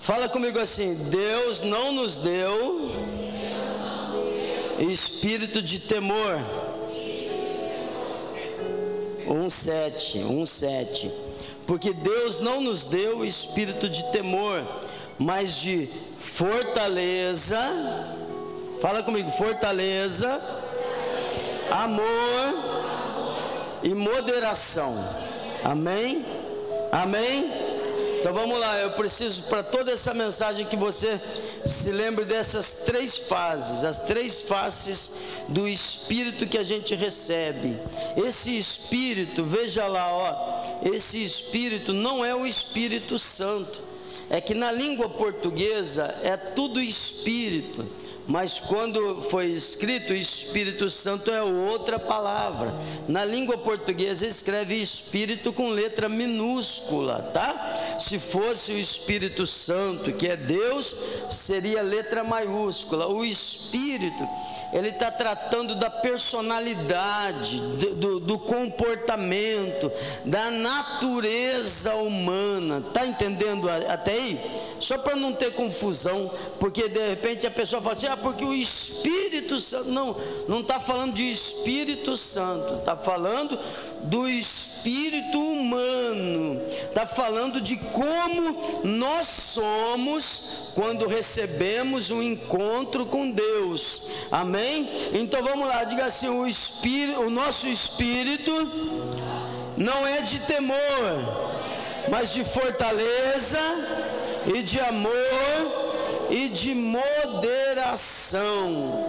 Fala comigo assim: Deus não nos deu espírito de temor. 1:7. Porque Deus não nos deu espírito de temor, mas de fortaleza. Fala comigo: fortaleza, amor e moderação. Amém? Amém? Então vamos lá, eu preciso para toda essa mensagem que você se lembre dessas três fases, as três faces do Espírito que a gente recebe. Esse Espírito, veja lá, ó, esse Espírito não é o Espírito Santo. É que na língua portuguesa é tudo Espírito, mas quando foi escrito Espírito Santo é outra palavra. Na língua portuguesa escreve Espírito com letra minúscula, tá? Se fosse o Espírito Santo, que é Deus, seria letra maiúscula. O Espírito, ele está tratando da personalidade, do comportamento, da natureza humana. Está entendendo até aí? Só para não ter confusão, porque de repente a pessoa fala assim: ah, porque o Espírito Santo. Não está falando de Espírito Santo, está falando do espírito humano, está falando de como nós somos quando recebemos um encontro com Deus. Amém? Então vamos lá, diga assim: o nosso espírito não é de temor, mas de fortaleza e de amor e de moderação.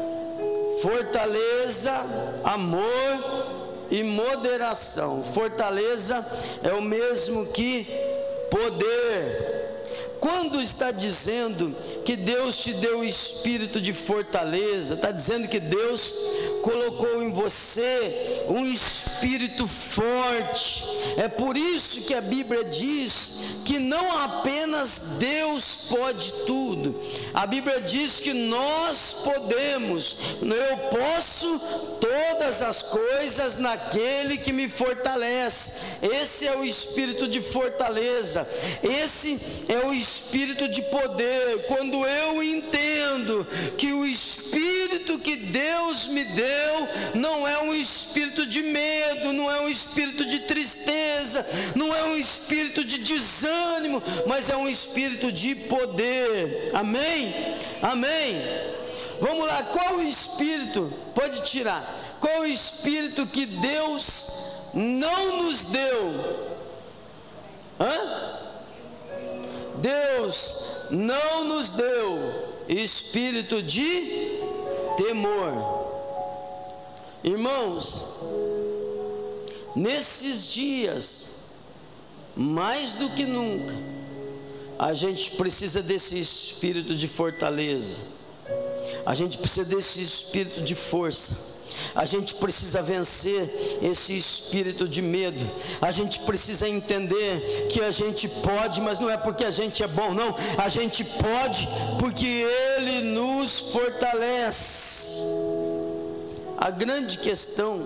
Fortaleza, amor e moderação. Fortaleza é o mesmo que poder. Quando está dizendo que Deus te deu o espírito de fortaleza, está dizendo que Deus colocou em você um espírito forte. É por isso que a Bíblia diz que não apenas Deus pode tudo. A Bíblia diz que nós podemos. Eu posso todas as coisas naquele que me fortalece. Esse é o espírito de fortaleza. Esse é o espírito de poder. Quando eu entendo que o espírito que Deus me deu não é um espírito de medo, não é um espírito de tristeza, não é um espírito de desânimo, mas é um espírito de poder. Amém? Amém? Vamos lá, qual o espírito? Pode tirar. Qual o espírito que Deus não nos deu? Deus não nos deu espírito de temor. Irmãos, nesses dias, mais do que nunca, a gente precisa desse espírito de fortaleza, a gente precisa desse espírito de força. A gente precisa vencer esse espírito de medo. A gente precisa entender que a gente pode, mas não é porque a gente é bom, não. A gente pode porque Ele nos fortalece. A grande questão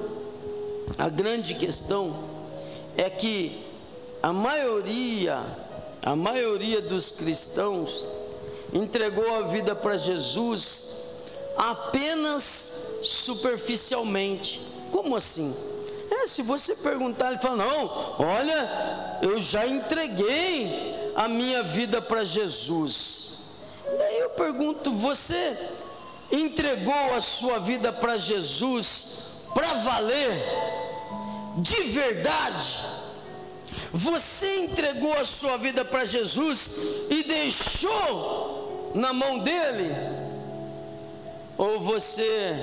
é que a maioria dos cristãos entregou a vida para Jesus apenas superficialmente. Como assim? Se você perguntar, ele fala: não, olha, eu já entreguei a minha vida para Jesus. E aí eu pergunto: você entregou a sua vida para Jesus para valer? De verdade? Você entregou a sua vida para Jesus e deixou na mão dele? Ou você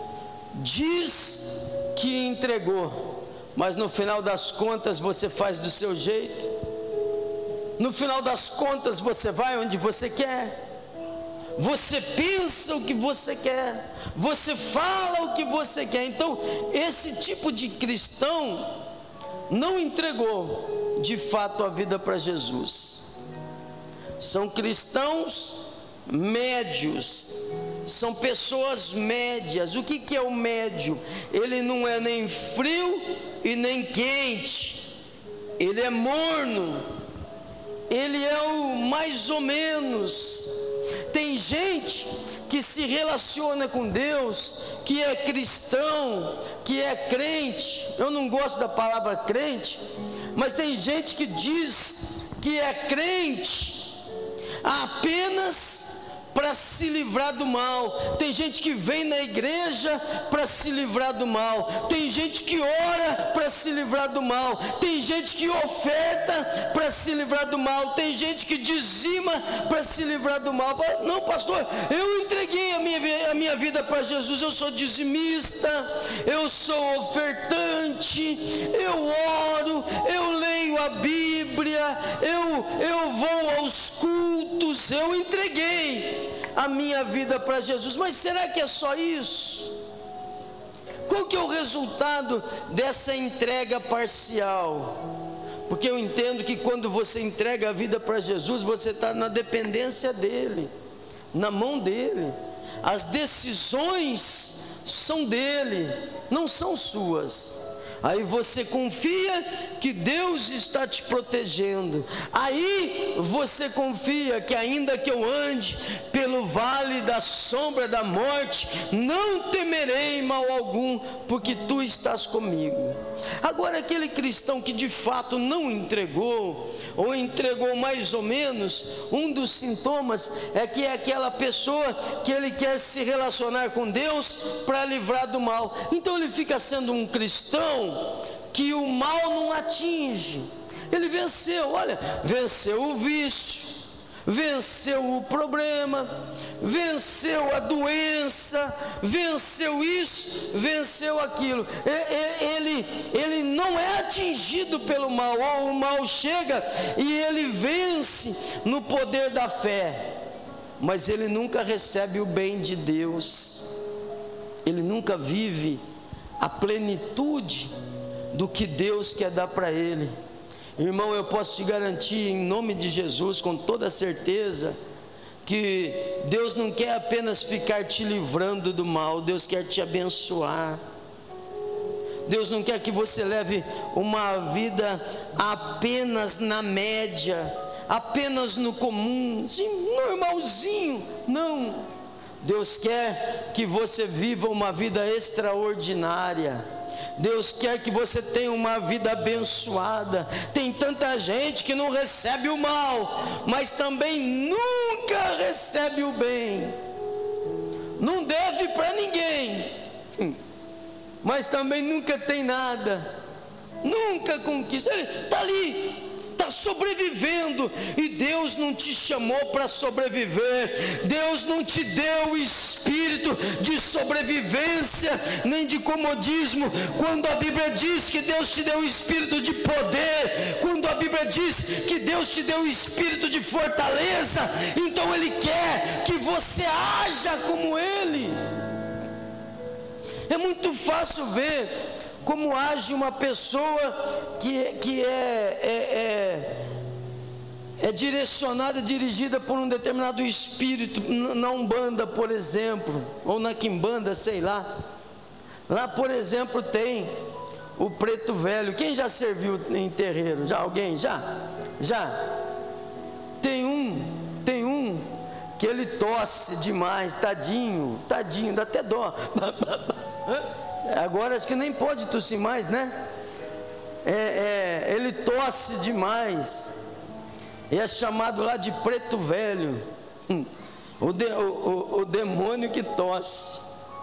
diz que entregou, mas no final das contas você faz do seu jeito? No final das contas você vai onde você quer? Você pensa o que você quer, você fala o que você quer. Então esse tipo de cristão não entregou de fato a vida para Jesus. São cristãos médios, são pessoas médias. O que é o médio? Ele não é nem frio e nem quente, ele é morno, ele é o mais ou menos. Tem gente que se relaciona com Deus, que é cristão, que é crente. Eu não gosto da palavra crente, mas tem gente que diz que é crente apenas para se livrar do mal. Tem gente que vem na igreja para se livrar do mal. Tem gente que ora para se livrar do mal. Tem gente que oferta para se livrar do mal. Tem gente que dizima para se livrar do mal. Fala, não, pastor, eu entreguei a minha vida para Jesus. Eu sou dizimista, eu sou ofertante, eu oro, eu leio a Bíblia, eu vou aos cultos, eu entreguei a minha vida para Jesus. Mas será que é só isso? Qual que é o resultado dessa entrega parcial? Porque eu entendo que quando você entrega a vida para Jesus, você está na dependência dele, na mão dele. As decisões são dele, não são suas. Aí você confia que Deus está te protegendo. Aí você confia que ainda que eu ande pelo vale da sombra da morte, não temerei mal algum, porque tu estás comigo. Agora, aquele cristão que de fato não entregou, ou entregou mais ou menos, um dos sintomas é que é aquela pessoa que ele quer se relacionar com Deus para livrar do mal. Então ele fica sendo um cristão que o mal não atinge. Ele venceu, olha, venceu o vício, venceu o problema, venceu a doença, venceu isso, venceu aquilo. Ele não é atingido pelo mal, ou o mal chega e ele vence no poder da fé, mas ele nunca recebe o bem de Deus, ele nunca vive a plenitude do que Deus quer dar para ele. Irmão, eu posso te garantir em nome de Jesus, com toda certeza, que Deus não quer apenas ficar te livrando do mal, Deus quer te abençoar. Deus não quer que você leve uma vida apenas na média, apenas no comum, assim, normalzinho. Não, Deus quer que você viva uma vida extraordinária. Deus quer que você tenha uma vida abençoada. Tem tanta gente que não recebe o mal, mas também nunca recebe o bem. Não deve para ninguém, mas também nunca tem nada, nunca conquista. Ele está ali, está sobrevivendo. E Deus não te chamou para sobreviver. Deus não te deu o espírito de sobrevivência nem de comodismo. Quando a Bíblia diz que Deus te deu o espírito de poder, quando a Bíblia diz que Deus te deu o espírito de fortaleza, então Ele quer que você haja como Ele. É muito fácil ver como age uma pessoa que é direcionada, dirigida por um determinado espírito, na Umbanda, por exemplo, ou na Quimbanda, sei lá. Lá, por exemplo, tem o preto velho. Quem já serviu em terreiro? Já? Alguém? Já? Tem um que ele tosse demais, tadinho, dá até dó. Agora acho que nem pode tossir mais, né? Ele tosse demais, e é chamado lá de preto velho, o demônio que tosse.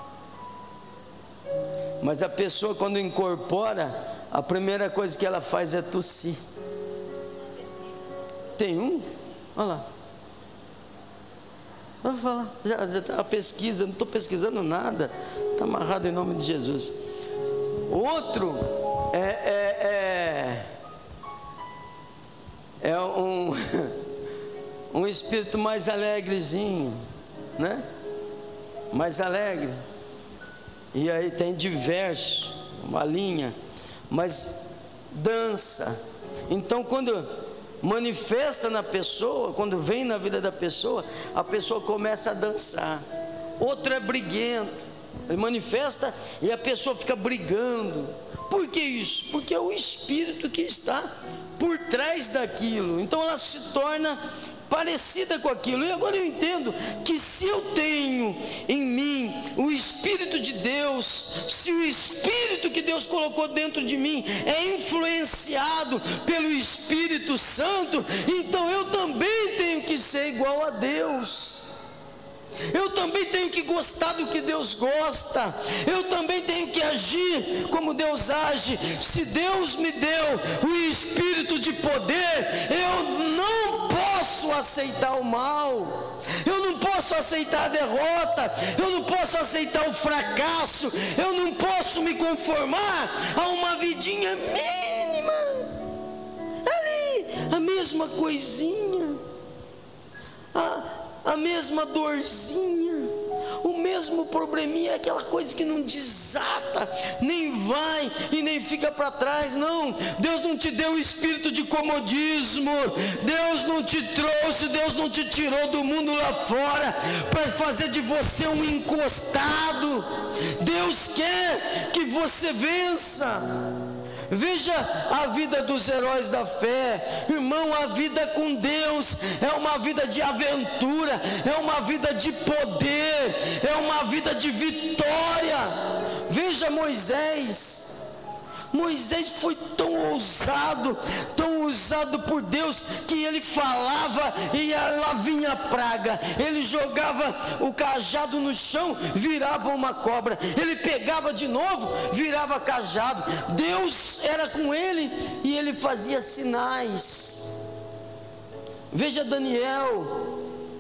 Mas a pessoa, quando incorpora, a primeira coisa que ela faz é tossir. Tem um, olha lá, só falar, já está a pesquisa, não estou pesquisando nada, está amarrado em nome de Jesus. Outro um espírito mais alegrezinho, né? Mais alegre. E aí tem diversos, uma linha, mas dança. Então, quando manifesta na pessoa, quando vem na vida da pessoa, a pessoa começa a dançar. Outro é briguento, Ele manifesta e a pessoa fica brigando. Por que isso? Porque é o espírito que está por trás daquilo. Então ela se torna parecida com aquilo. E agora eu entendo que se eu tenho em mim o Espírito de Deus, se o Espírito que Deus colocou dentro de mim é influenciado pelo Espírito Santo, então eu também tenho que ser igual a Deus. Eu também tenho que gostar do que Deus gosta. Eu também tenho que agir como Deus age. Se Deus me deu o espírito de poder, eu não posso aceitar o mal. Eu não posso aceitar a derrota. Eu não posso aceitar o fracasso. Eu não posso me conformar a uma vidinha mínima. Ali, a mesma coisinha. A mesma dorzinha, o mesmo probleminha, aquela coisa que não desata, nem vai e nem fica para trás. Não, Deus não te deu o espírito de comodismo, Deus não te trouxe, Deus não te tirou do mundo lá fora para fazer de você um encostado. Deus quer que você vença. Veja a vida dos heróis da fé, irmão. A vida com Deus é uma vida de aventura, é uma vida de poder, é uma vida de vitória. Veja Moisés. Moisés foi tão ousado por Deus, que ele falava e lá vinha a praga. Ele jogava o cajado no chão, virava uma cobra. Ele pegava de novo, virava cajado. Deus era com ele e ele fazia sinais. Veja Daniel,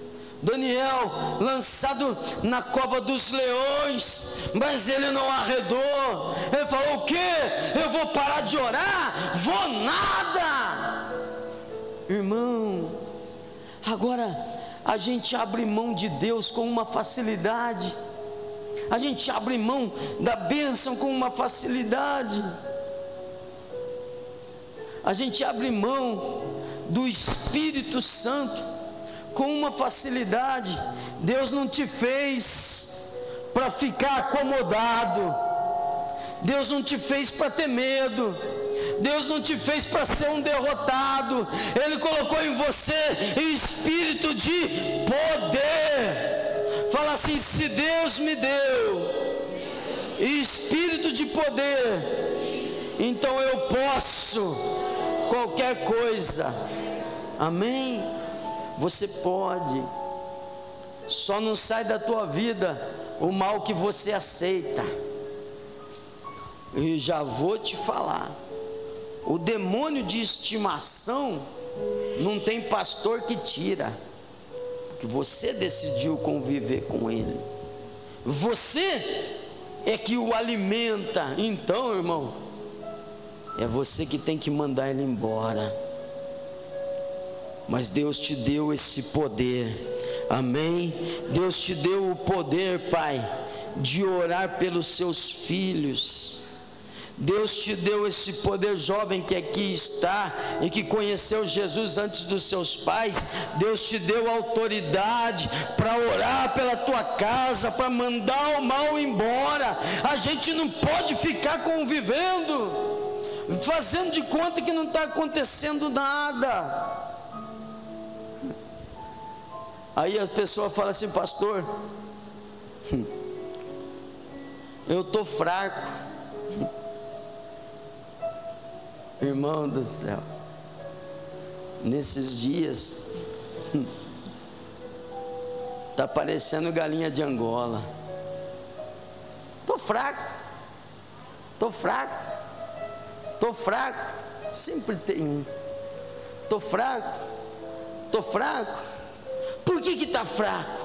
lançado na cova dos leões, mas ele não arredou. Ele falou: o quê? Eu vou parar de orar? Vou nada. Irmão, agora a gente abre mão de Deus com uma facilidade. A gente abre mão da bênção com uma facilidade. A gente abre mão do Espírito Santo com uma facilidade. Deus não te fez para ficar acomodado. Deus não te fez para ter medo. Deus não te fez para ser um derrotado. Ele colocou em você espírito de poder. Fala assim: se Deus me deu espírito de poder, então eu posso qualquer coisa. Amém? Você pode. Só não sai da tua vida o mal que você aceita. E já vou te falar, o demônio de estimação não tem pastor que tira, porque você decidiu conviver com ele. Você é que o alimenta. Então, irmão, é você que tem que mandar ele embora. Mas Deus te deu esse poder, amém? Deus te deu o poder, Pai, de orar pelos seus filhos. Deus te deu esse poder, jovem que aqui está e que conheceu Jesus antes dos seus pais. Deus te deu autoridade para orar pela tua casa, para mandar o mal embora. A gente não pode ficar convivendo, fazendo de conta que não está acontecendo nada. Aí a pessoa fala assim: pastor, eu estou fraco. Irmão do céu, nesses dias está parecendo galinha de Angola. Estou fraco, sempre tem um. Estou fraco. Por que está fraco?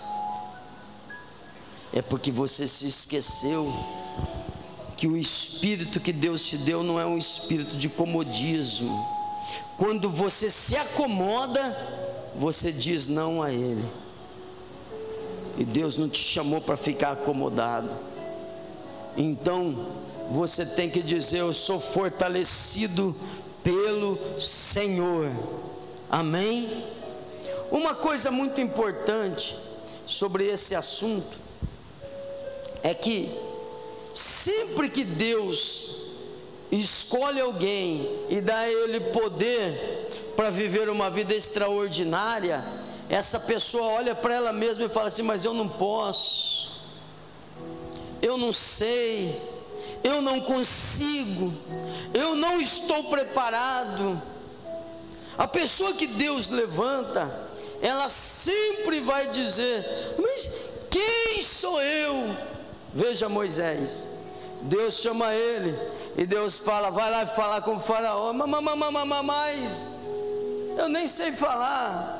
É porque você se esqueceu que o espírito que Deus te deu não é um espírito de comodismo. Quando você se acomoda, você diz não a Ele. E Deus não te chamou para ficar acomodado. Então você tem que dizer: eu sou fortalecido pelo Senhor. Amém? Uma coisa muito importante sobre esse assunto é que sempre que Deus escolhe alguém e dá a ele poder para viver uma vida extraordinária, essa pessoa olha para ela mesma e fala assim: mas eu não posso, eu não sei, eu não consigo, eu não estou preparado. A pessoa que Deus levanta, ela sempre vai dizer: mas quem sou eu? Veja Moisés, Deus chama ele e Deus fala: vai lá falar com o faraó. Mas eu nem sei falar.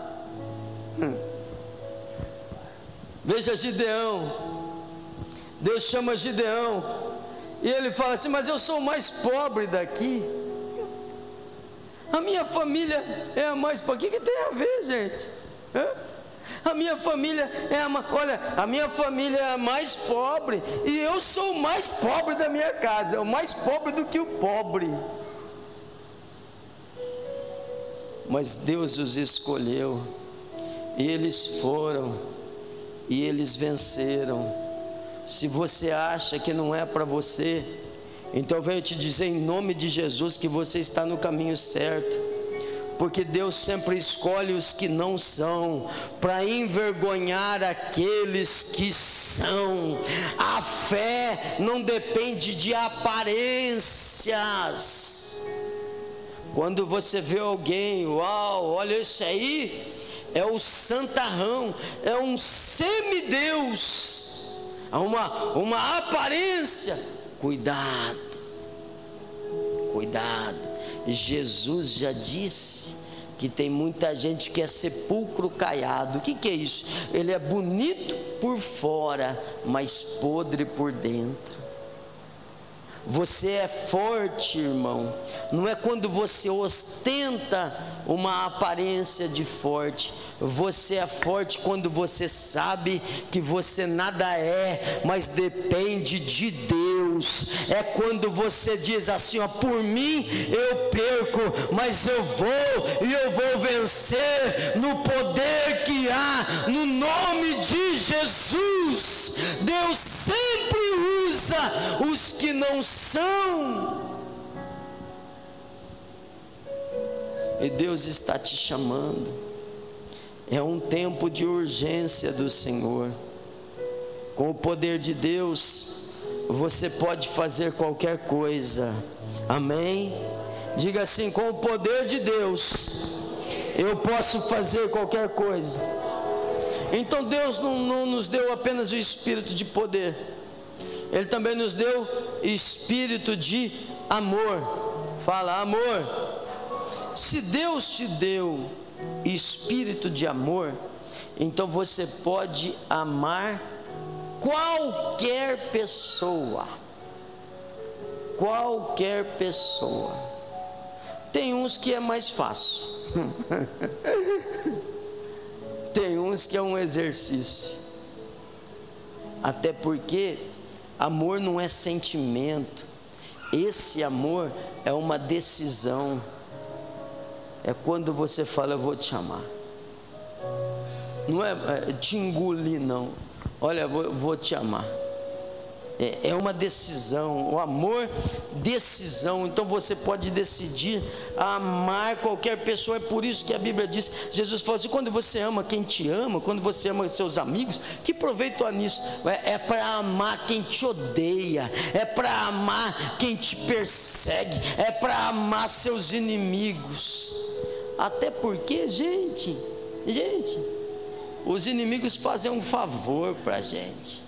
Veja Gideão, Deus chama Gideão e ele fala assim: mas eu sou o mais pobre daqui, a minha família é a mais pobre. O que tem a ver, gente? A minha família a minha família é a mais pobre e eu sou o mais pobre da minha casa, o mais pobre do que o pobre. Mas Deus os escolheu e eles foram e eles venceram. Se você acha que não é para você, então eu venho te dizer em nome de Jesus que você está no caminho certo, porque Deus sempre escolhe os que não são, para envergonhar aqueles que são. A fé não depende de aparências. Quando você vê alguém, uau, olha esse aí, é o santarrão, é um semideus, uma aparência. Cuidado, cuidado. Jesus já disse que tem muita gente que é sepulcro caiado. O que é isso? Ele é bonito por fora, mas podre por dentro. Você é forte, irmão, não é quando você ostenta uma aparência de forte. Você é forte quando você sabe que você nada é, mas depende de Deus. É quando você diz assim: ó, por mim eu perco, mas eu vou e eu vou vencer no poder que há no nome de Jesus. Deus sempre usa os que não são. E Deus está te chamando. É um tempo de urgência do Senhor. Com o poder de Deus, você pode fazer qualquer coisa. Amém? Diga assim: com o poder de Deus, eu posso fazer qualquer coisa. Então Deus não nos deu apenas o espírito de poder, Ele também nos deu espírito de amor. Fala, amor. Se Deus te deu espírito de amor, então você pode amar qualquer pessoa. Qualquer pessoa. Tem uns que é mais fácil. Tem uns que é um exercício. Até porque amor não é sentimento. Esse amor é uma decisão. É quando você fala: eu vou te amar. Não é te engolir, não. Olha, vou te amar. É uma decisão. O amor, decisão. Então você pode decidir amar qualquer pessoa. É por isso que a Bíblia diz, Jesus falou assim: quando você ama quem te ama, quando você ama seus amigos, que proveito há nisso? É para amar quem te odeia, é para amar quem te persegue, é para amar seus inimigos. Até porque, gente, os inimigos fazem um favor para a gente.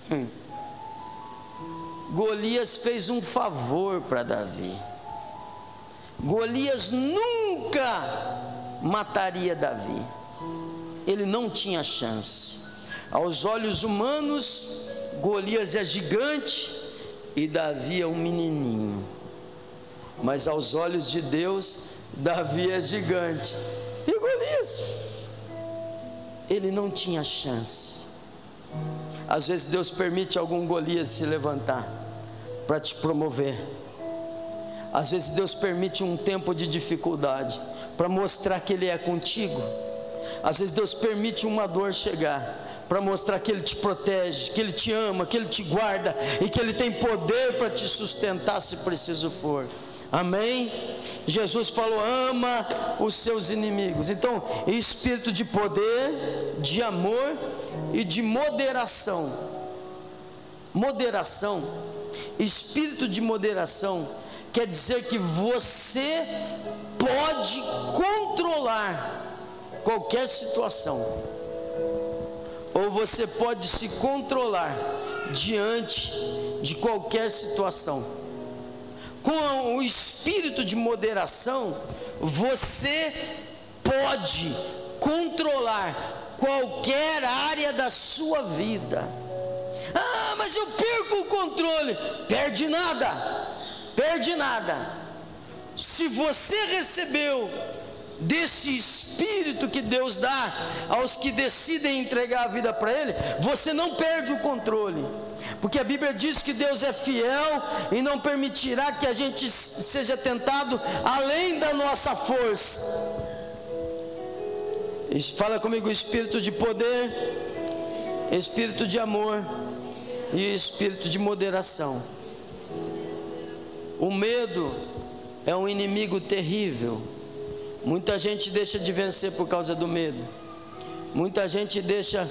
Golias fez um favor para Davi. Golias nunca mataria Davi. Ele não tinha chance. Aos olhos humanos, Golias é gigante e Davi é um menininho. Mas aos olhos de Deus, Davi é gigante. E Golias, ele não tinha chance. Às vezes Deus permite algum Golias se levantar para te promover. Às vezes Deus permite um tempo de dificuldade para mostrar que Ele é contigo. Às vezes Deus permite uma dor chegar para mostrar que Ele te protege, que Ele te ama, que Ele te guarda e que Ele tem poder para te sustentar se preciso for. Amém? Jesus falou: ama os seus inimigos. Então, espírito de poder, de amor e de moderação. Moderação, espírito de moderação, quer dizer que você pode controlar qualquer situação, ou você pode se controlar diante de qualquer situação. Com o espírito de moderação, você pode controlar qualquer área da sua vida. Ah, mas eu perco o controle. Perde nada, perde nada. Se você recebeu desse espírito que Deus dá aos que decidem entregar a vida para Ele, você não perde o controle, porque a Bíblia diz que Deus é fiel e não permitirá que a gente seja tentado além da nossa força. Fala comigo: espírito de poder, espírito de amor e espírito de moderação. O medo é um inimigo terrível. Muita gente deixa de vencer por causa do medo. Muita gente deixa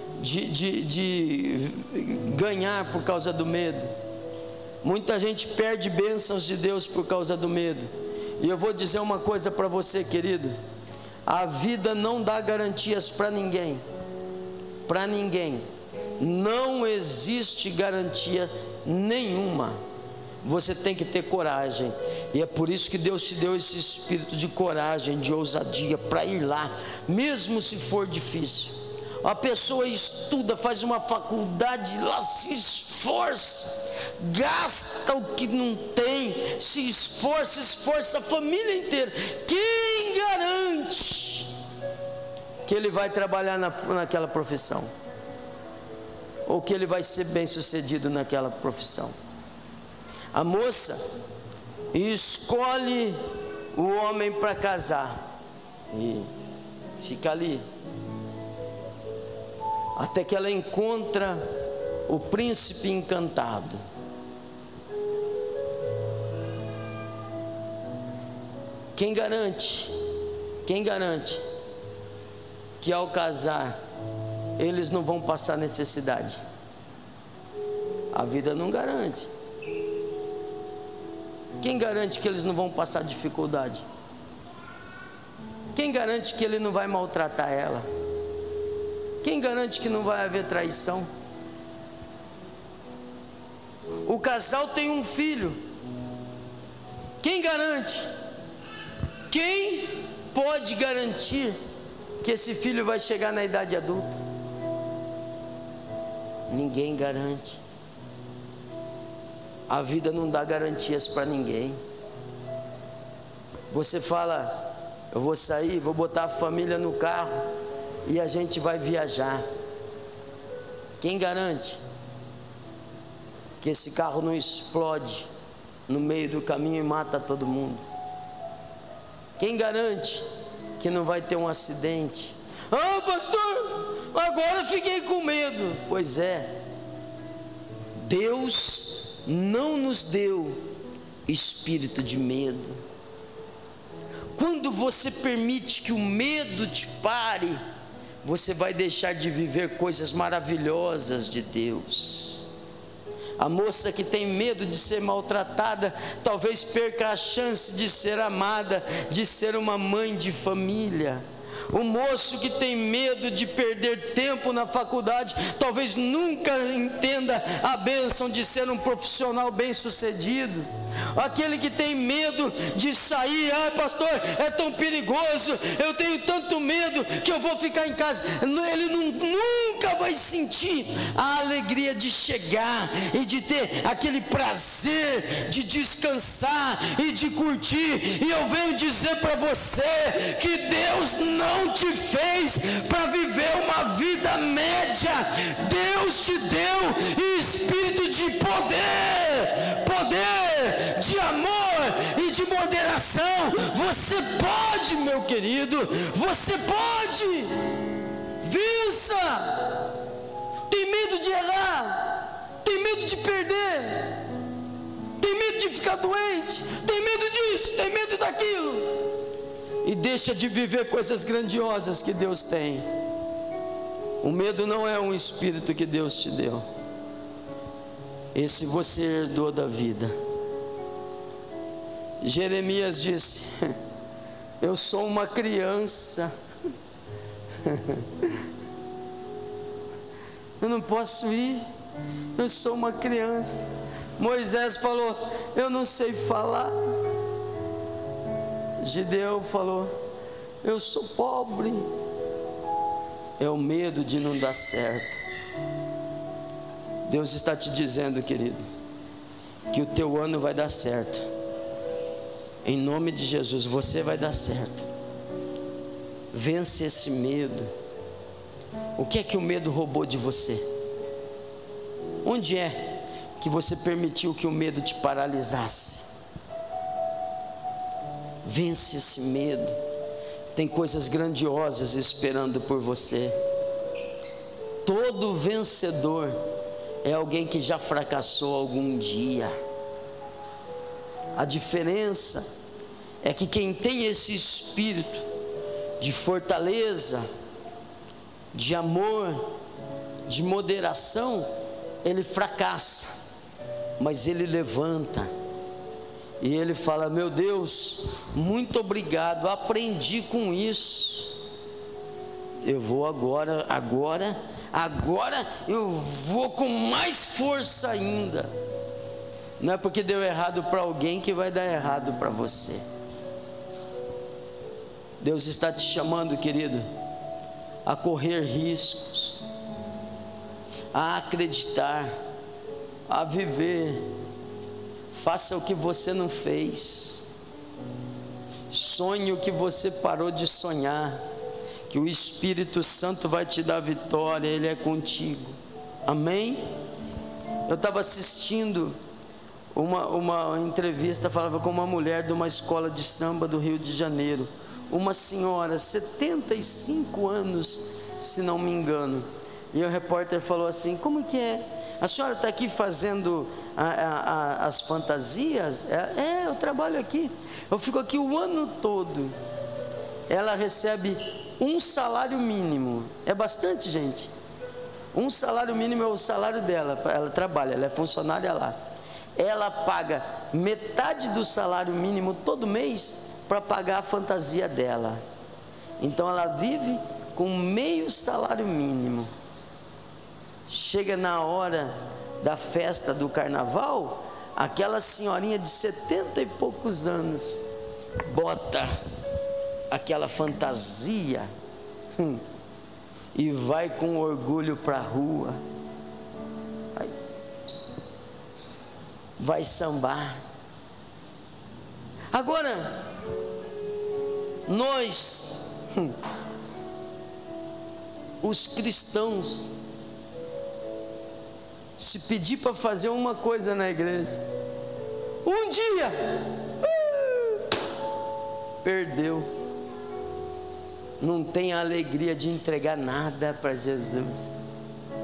de ganhar por causa do medo. Muita gente perde bênçãos de Deus por causa do medo. E eu vou dizer uma coisa para você, querido: a vida não dá garantias para ninguém. Para ninguém. Não existe garantia nenhuma. Você tem que ter coragem, e é por isso que Deus te deu esse espírito de coragem, de ousadia, para ir lá, mesmo se for difícil. A pessoa estuda, faz uma faculdade lá, se esforça, gasta o que não tem, se esforça a família inteira. Quem garante que ele vai trabalhar naquela profissão? Ou que ele vai ser bem sucedido naquela profissão? A moça escolhe o homem para casar e fica ali até que ela encontra o príncipe encantado. Quem garante que ao casar eles não vão passar necessidade? A vida não garante. Quem garante que eles não vão passar dificuldade? Quem garante que ele não vai maltratar ela? Quem garante que não vai haver traição? O casal tem um filho. Quem garante? Quem pode garantir que esse filho vai chegar na idade adulta? Ninguém garante. A vida não dá garantias para ninguém. Você fala: eu vou sair, vou botar a família no carro e a gente vai viajar. Quem garante que esse carro não explode no meio do caminho e mata todo mundo? Quem garante que não vai ter um acidente? Ah, pastor, agora fiquei com medo. Pois é, Deus não nos deu espírito de medo. Quando você permite que o medo te pare, você vai deixar de viver coisas maravilhosas de Deus. A moça que tem medo de ser maltratada, talvez perca a chance de ser amada, de ser uma mãe de família. O moço que tem medo de perder tempo na faculdade, talvez nunca entenda a bênção de ser um profissional bem sucedido. Aquele que tem medo de sair: ah, pastor, é tão perigoso, eu tenho tanto medo que eu vou ficar em casa. Ele nunca vai sentir a alegria de chegar e de ter aquele prazer de descansar e de curtir. E eu venho dizer para você que Deus não te fez para viver uma vida média. Deus te deu espírito de poder, de amor e de moderação. Você pode, meu querido, você pode. Vença. ficar doente, tem medo disso, tem medo daquilo, e deixa de viver coisas grandiosas que Deus tem. O medo não é um espírito que Deus te deu. Esse você herdou da vida. Jeremias disse: eu sou uma criança, eu não posso ir, eu sou uma criança. Moisés falou: eu não sei falar. Gideão falou: eu sou pobre. É o medo de não dar certo. Deus está te dizendo, querido, que o teu ano vai dar certo. Em nome de Jesus, você vai dar certo. Vence esse medo. O que é que o medo roubou de você? Onde é que você permitiu que o medo te paralisasse? Vence esse medo. Tem coisas grandiosas esperando por você. Todo vencedor é alguém que já fracassou algum dia. A diferença é que quem tem esse espírito de fortaleza, de amor, de moderação, ele fracassa, mas ele levanta. E ele fala: meu Deus, muito obrigado, aprendi com isso. Eu vou agora eu vou com mais força ainda. Não é porque deu errado para alguém que vai dar errado para você. Deus está te chamando, querido, a correr riscos, a acreditar, a viver. Faça o que você não fez. Sonhe o que você parou de sonhar, que o Espírito Santo vai te dar vitória. Ele é contigo. Amém? Eu estava assistindo uma entrevista, falava com uma mulher de uma escola de samba do Rio de Janeiro. Uma senhora, 75 anos, se não me engano. E o repórter falou assim: como que é? A senhora está aqui fazendo as fantasias? Eu trabalho aqui. Eu fico aqui o ano todo. Ela recebe um salário mínimo. É bastante, gente. Um salário mínimo é o salário dela. Ela trabalha, ela é funcionária lá. Ela paga metade do salário mínimo todo mês para pagar a fantasia dela. Então ela vive com meio salário mínimo. Chega na hora da festa do carnaval, aquela senhorinha de 70 e poucos anos bota aquela fantasia e vai com orgulho para a rua, vai sambar. Agora nós, os cristãos, se pedir para fazer uma coisa na igreja, um dia, perdeu. Não tem a alegria de entregar nada para Jesus.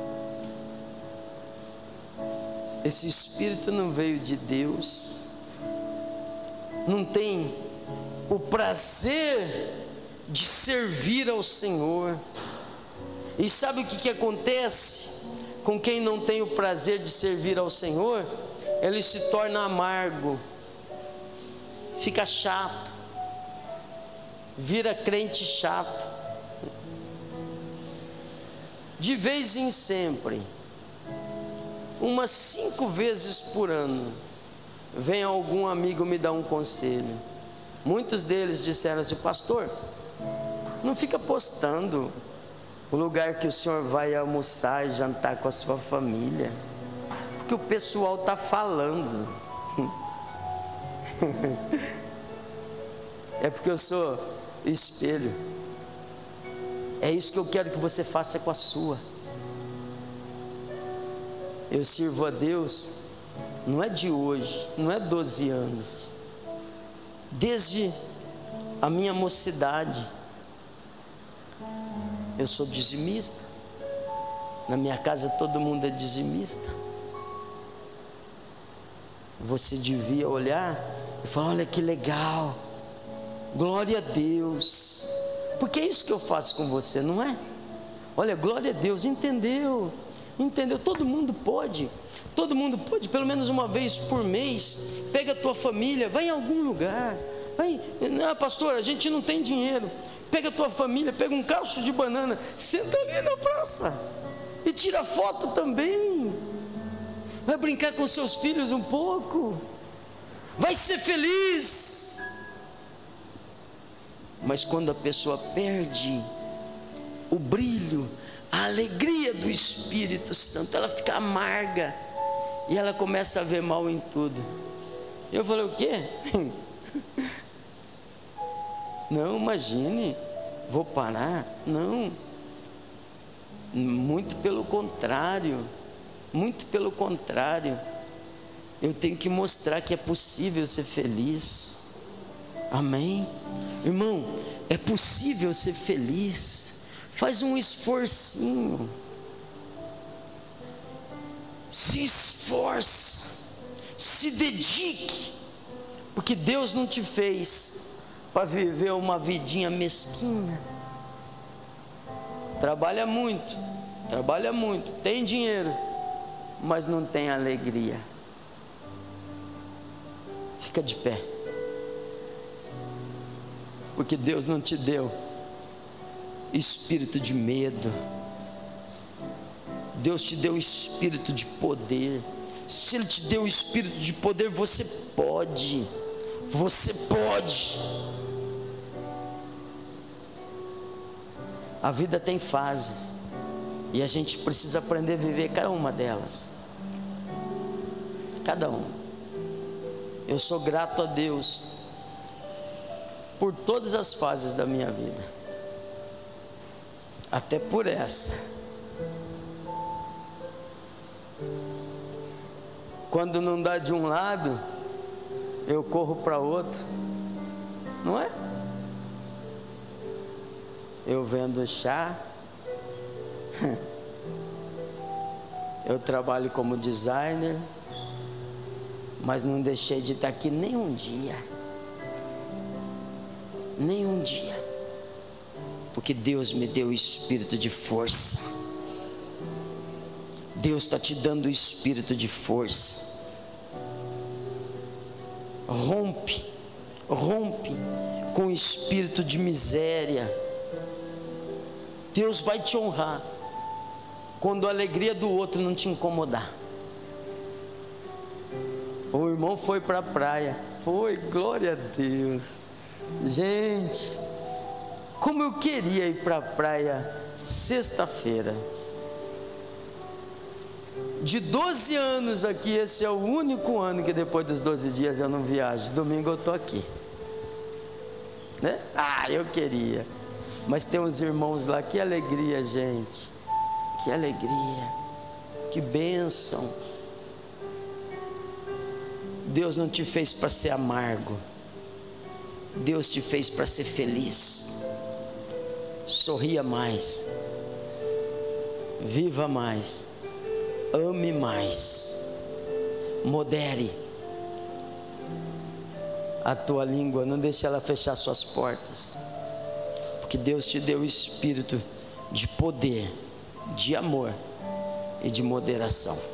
Esse espírito não veio de Deus. Não tem o prazer de servir ao Senhor. E sabe o que acontece com quem não tem o prazer de servir ao Senhor? Ele se torna amargo, fica chato, vira crente chato. De vez em sempre, umas 5 vezes por ano, vem algum amigo me dar um conselho. Muitos deles disseram assim: pastor, não fica postando o lugar que o senhor vai almoçar e jantar com a sua família, porque o pessoal está falando. É porque eu sou espelho. É isso que eu quero que você faça com a sua. Eu sirvo a Deus, não é de hoje, não é 12 anos, desde a minha mocidade. Eu sou dizimista. Na minha casa todo mundo é dizimista. você devia olhar e falar: olha que legal, glória a Deus, porque é isso que eu faço com você, não é? Olha, glória a Deus, entendeu? Todo mundo pode, pelo menos uma vez por mês, pega a tua família, vai em algum lugar, vai, pastor, a gente não tem dinheiro, pega a tua família, pega um cacho de banana, senta ali na praça, e tira foto também, vai brincar com seus filhos um pouco, vai ser feliz. Mas quando a pessoa perde o brilho, a alegria do Espírito Santo, ela fica amarga, e ela começa a ver mal em tudo. Eu falei: o quê? Não, imagine, vou parar? Não, muito pelo contrário, eu tenho que mostrar que é possível ser feliz. Amém? Irmão, é possível ser feliz. Faz um esforcinho, se esforça, se dedique, porque Deus não te fez para viver uma vidinha mesquinha. Trabalha muito, tem dinheiro, mas não tem alegria. Fica de pé, porque Deus não te deu espírito de medo, Deus te deu espírito de poder. Se Ele te deu espírito de poder, você pode. A vida tem fases, e a gente precisa aprender a viver cada uma delas, cada uma. Eu sou grato a Deus por todas as fases da minha vida, até por essa. Quando não dá de um lado, eu corro para outro, não é? Eu vendo chá, eu trabalho como designer, mas não deixei de estar aqui nem um dia, porque Deus me deu o espírito de força. Deus está te dando o espírito de força. Rompe com o espírito de miséria. Deus vai te honrar quando a alegria do outro não te incomodar. O irmão foi para a praia, glória a Deus. Gente, como eu queria ir para a praia sexta-feira. De 12 anos aqui, esse é o único ano que depois dos 12 dias eu não viajo. Domingo eu estou aqui, né? Eu queria, mas tem uns irmãos lá, que alegria, gente, que alegria, que bênção. Deus não te fez para ser amargo, Deus te fez para ser feliz. Sorria mais, viva mais, ame mais, modere a tua língua, não deixe ela fechar suas portas, porque Deus te deu o espírito de poder, de amor e de moderação.